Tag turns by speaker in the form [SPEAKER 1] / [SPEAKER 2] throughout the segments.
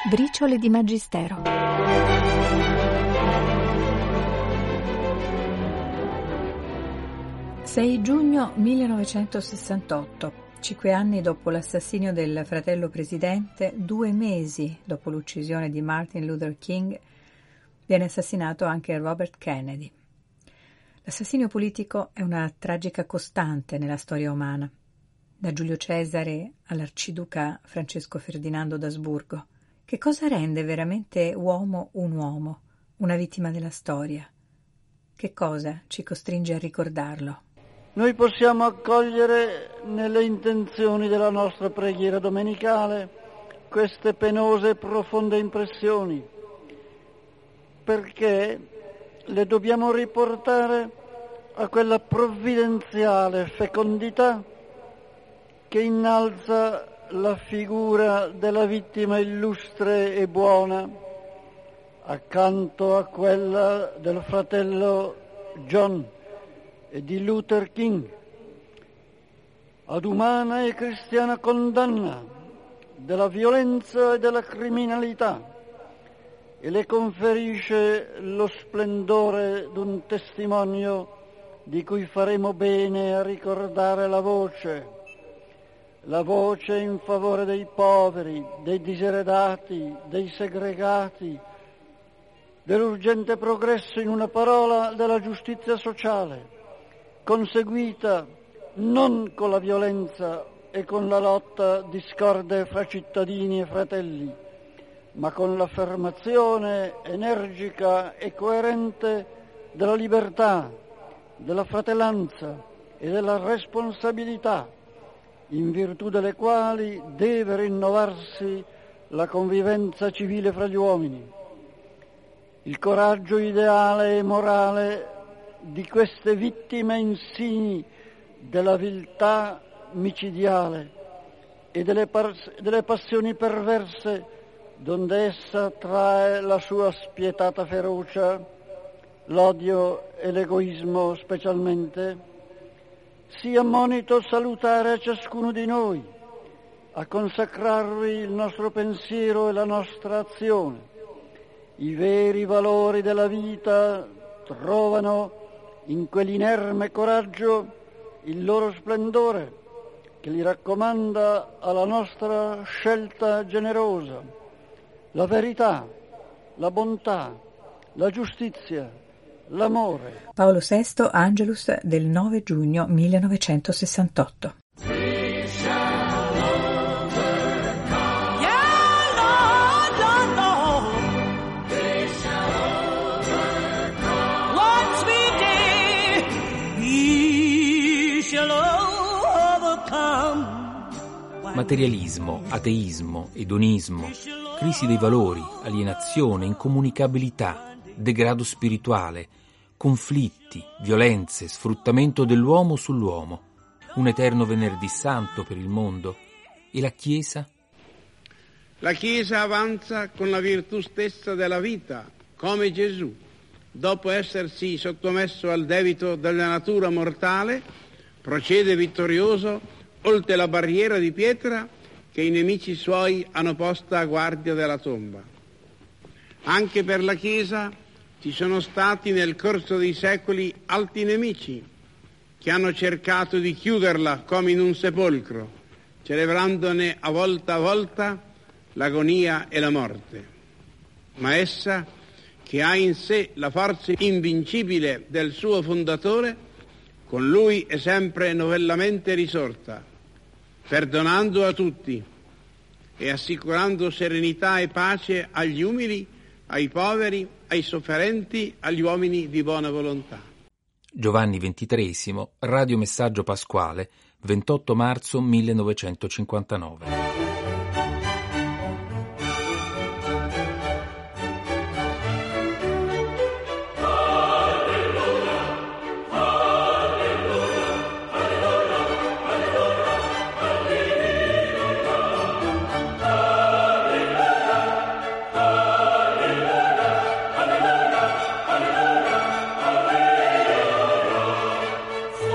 [SPEAKER 1] Briciole di Magistero. «6 giugno 1968, 5 anni dopo l'assassinio del fratello presidente, 2 mesi dopo l'uccisione di Martin Luther King, viene assassinato anche Robert Kennedy. L'assassinio politico è una tragica costante nella storia umana, da Giulio Cesare all'arciduca Francesco Ferdinando d'Asburgo. Che cosa rende veramente uomo un uomo, una vittima della storia? Che cosa ci costringe a ricordarlo?
[SPEAKER 2] Noi possiamo accogliere nelle intenzioni della nostra preghiera domenicale queste penose e profonde impressioni, perché le dobbiamo riportare a quella provvidenziale fecondità che innalza la figura della vittima illustre e buona accanto a quella del fratello John e di Luther King, ad umana e cristiana condanna della violenza e della criminalità, e le conferisce lo splendore d'un testimonio di cui faremo bene a ricordare la voce in favore dei poveri, dei diseredati, dei segregati, dell'urgente progresso, in una parola, della giustizia sociale, conseguita non con la violenza e con la lotta discorde fra cittadini e fratelli, ma con l'affermazione energica e coerente della libertà, della fratellanza e della responsabilità, in virtù delle quali deve rinnovarsi la convivenza civile fra gli uomini. Il coraggio ideale e morale di queste vittime insigni della viltà micidiale e delle passioni perverse donde essa trae la sua spietata ferocia, l'odio e l'egoismo specialmente, sia monito salutare a ciascuno di noi, a consacrarvi il nostro pensiero e la nostra azione. I veri valori della vita trovano in quell'inerme coraggio il loro splendore, che li raccomanda alla nostra scelta generosa. La verità, la bontà, la giustizia, l'amore.
[SPEAKER 1] Paolo VI, Angelus del 9 giugno 1968.
[SPEAKER 3] Materialismo, ateismo, edonismo, crisi dei valori, alienazione, incomunicabilità, degrado spirituale, conflitti, violenze, sfruttamento dell'uomo sull'uomo, un eterno venerdì santo per il mondo. E la Chiesa?
[SPEAKER 4] La Chiesa avanza con la virtù stessa della vita, come Gesù, dopo essersi sottomesso al debito della natura mortale, procede vittorioso oltre la barriera di pietra che i nemici suoi hanno posta a guardia della tomba. Anche per la Chiesa ci sono stati nel corso dei secoli altri nemici che hanno cercato di chiuderla come in un sepolcro, celebrandone a volta l'agonia e la morte. Ma essa, che ha in sé la forza invincibile del suo fondatore, con lui è sempre novellamente risorta, perdonando a tutti e assicurando serenità e pace agli umili, ai poveri, ai sofferenti, agli uomini di buona volontà.
[SPEAKER 3] Giovanni XXIII, radiomessaggio pasquale, 28 marzo 1959.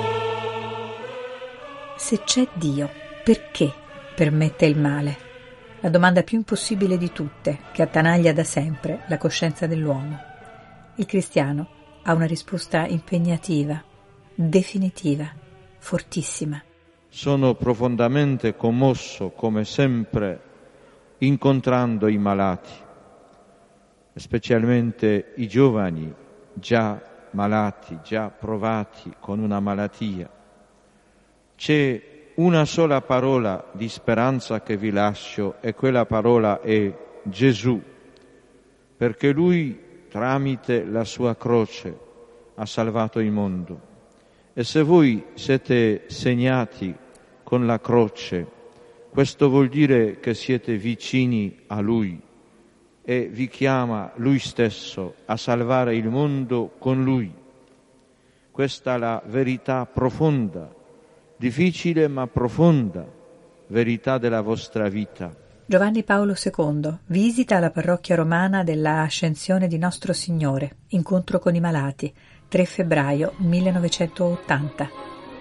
[SPEAKER 1] Se c'è Dio, perché permette il male? la domanda più impossibile di tutte, che attanaglia da sempre la coscienza dell'uomo. Il cristiano ha una risposta impegnativa, definitiva, fortissima.
[SPEAKER 5] Sono profondamente commosso, come sempre, incontrando i malati, specialmente i giovani già malati, già provati con una malattia. C'è una sola parola di speranza che vi lascio e quella parola è Gesù, perché Lui tramite la sua croce ha salvato il mondo. E se voi siete segnati con la croce, questo vuol dire che siete vicini a Lui e vi chiama Lui stesso a salvare il mondo con Lui. Questa è la verità profonda, difficile ma profonda, verità della vostra vita.
[SPEAKER 1] Giovanni Paolo II visita la parrocchia romana della Ascensione di Nostro Signore, incontro con i malati, 3 febbraio 1980.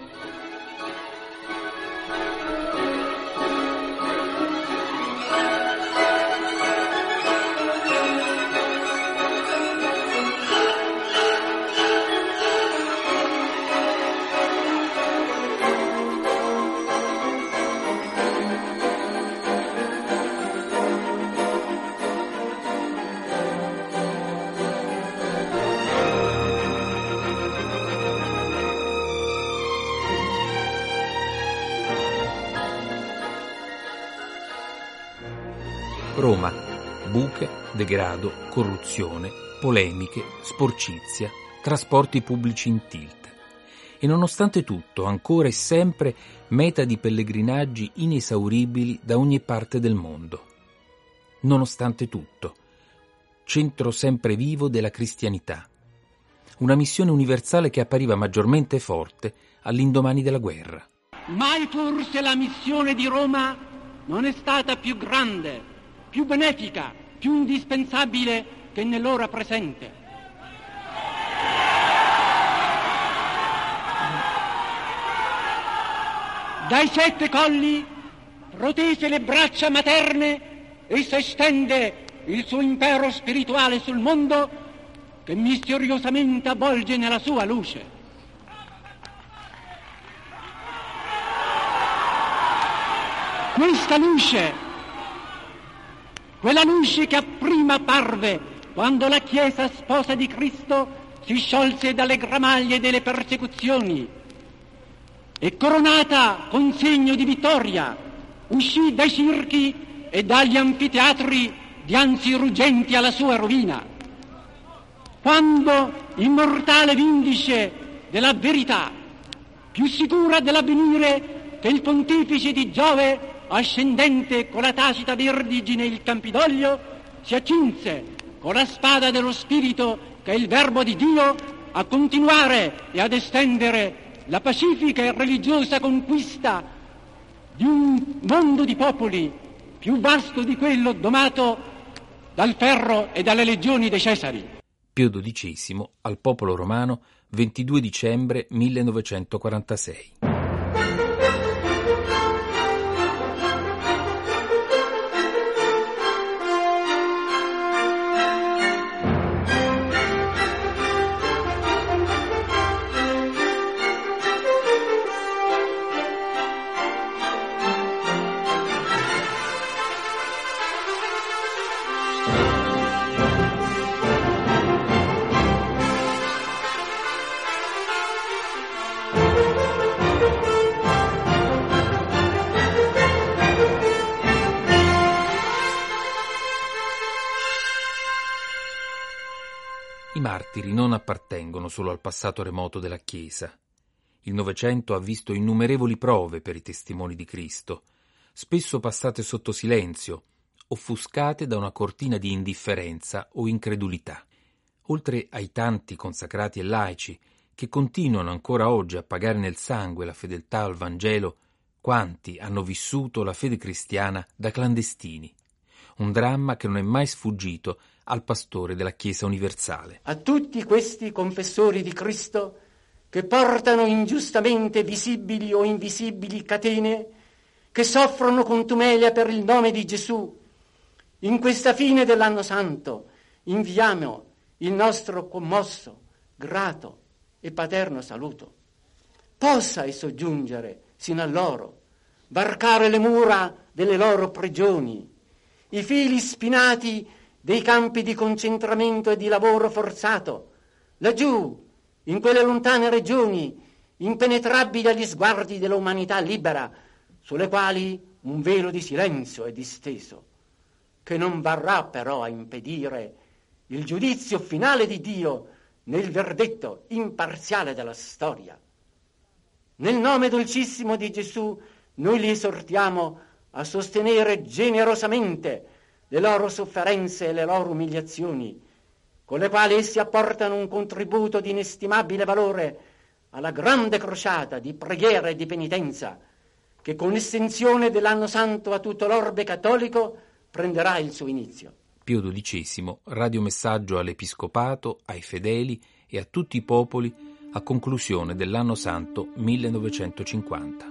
[SPEAKER 3] Roma, buche, degrado, corruzione, polemiche, sporcizia, trasporti pubblici in tilt. E nonostante tutto, ancora e sempre meta di pellegrinaggi inesauribili da ogni parte del mondo. Nonostante tutto, centro sempre vivo della cristianità. Una missione universale che appariva maggiormente forte all'indomani della guerra.
[SPEAKER 6] Mai forse la missione di Roma non è stata più grande, più benefica, più indispensabile che nell'ora presente. Dai 7 colli protese le braccia materne e si estende il suo impero spirituale sul mondo che misteriosamente avvolge nella sua luce. Questa luce, quella luce che prima parve quando la Chiesa sposa di Cristo si sciolse dalle gramaglie delle persecuzioni e coronata con segno di vittoria uscì dai circhi e dagli anfiteatri dianzi ruggenti alla sua rovina. Quando immortale vindice della verità, più sicura dell'avvenire che il pontefice di Giove ascendente con la tacita vertigine il Campidoglio, si accinse con la spada dello Spirito, che è il Verbo di Dio, a continuare e ad estendere la pacifica e religiosa conquista di un mondo di popoli più vasto di quello domato dal ferro e dalle legioni dei Cesari.
[SPEAKER 3] Pio XII al popolo romano, 22 dicembre 1946. I martiri non appartengono solo al passato remoto della Chiesa. Il Novecento ha visto innumerevoli prove per i testimoni di Cristo, spesso passate sotto silenzio, offuscate da una cortina di indifferenza o incredulità. Oltre ai tanti consacrati e laici che continuano ancora oggi a pagare nel sangue la fedeltà al Vangelo, quanti hanno vissuto la fede cristiana da clandestini. Un dramma che non è mai sfuggito al pastore della Chiesa universale.
[SPEAKER 6] A tutti questi confessori di Cristo che portano ingiustamente visibili o invisibili catene, che soffrono contumelia per il nome di Gesù, in questa fine dell'anno santo inviamo il nostro commosso, grato e paterno saluto. Possa esso giungere sino a loro, varcare le mura delle loro prigioni, i fili spinati dei campi di concentramento e di lavoro forzato, laggiù, in quelle lontane regioni, impenetrabili agli sguardi dell'umanità libera, sulle quali un velo di silenzio è disteso, che non varrà però a impedire il giudizio finale di Dio nel verdetto imparziale della storia. Nel nome dolcissimo di Gesù noi li esortiamo a sostenere generosamente le loro sofferenze e le loro umiliazioni, con le quali essi apportano un contributo di inestimabile valore alla grande crociata di preghiera e di penitenza che con l'estensione dell'anno santo a tutto l'orbe cattolico prenderà il suo inizio.
[SPEAKER 3] Pio XII, radiomessaggio all'Episcopato, ai fedeli e a tutti i popoli a conclusione dell'anno santo 1950.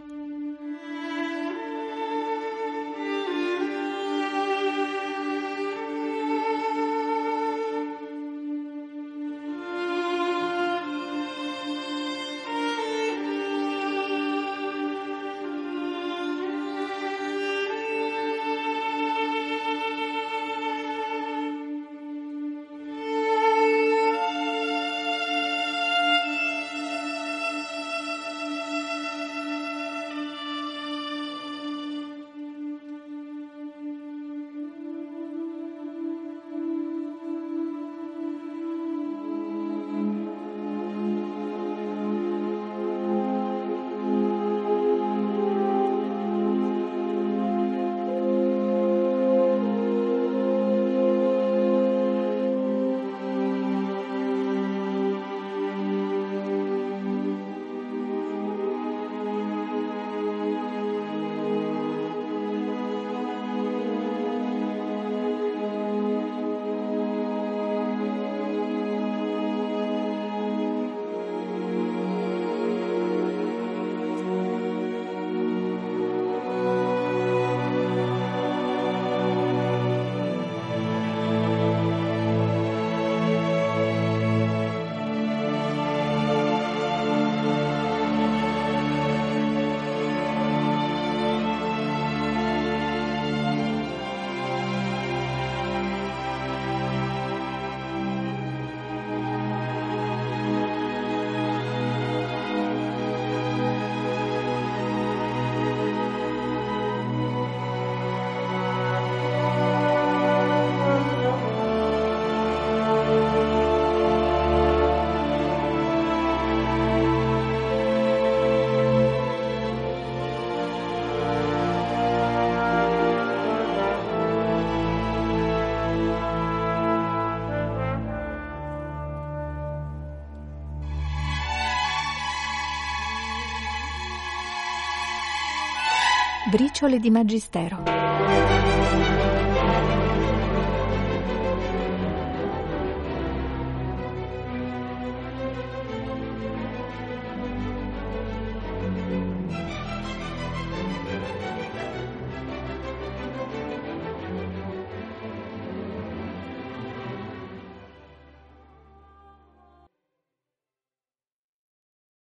[SPEAKER 1] Briciole di Magistero.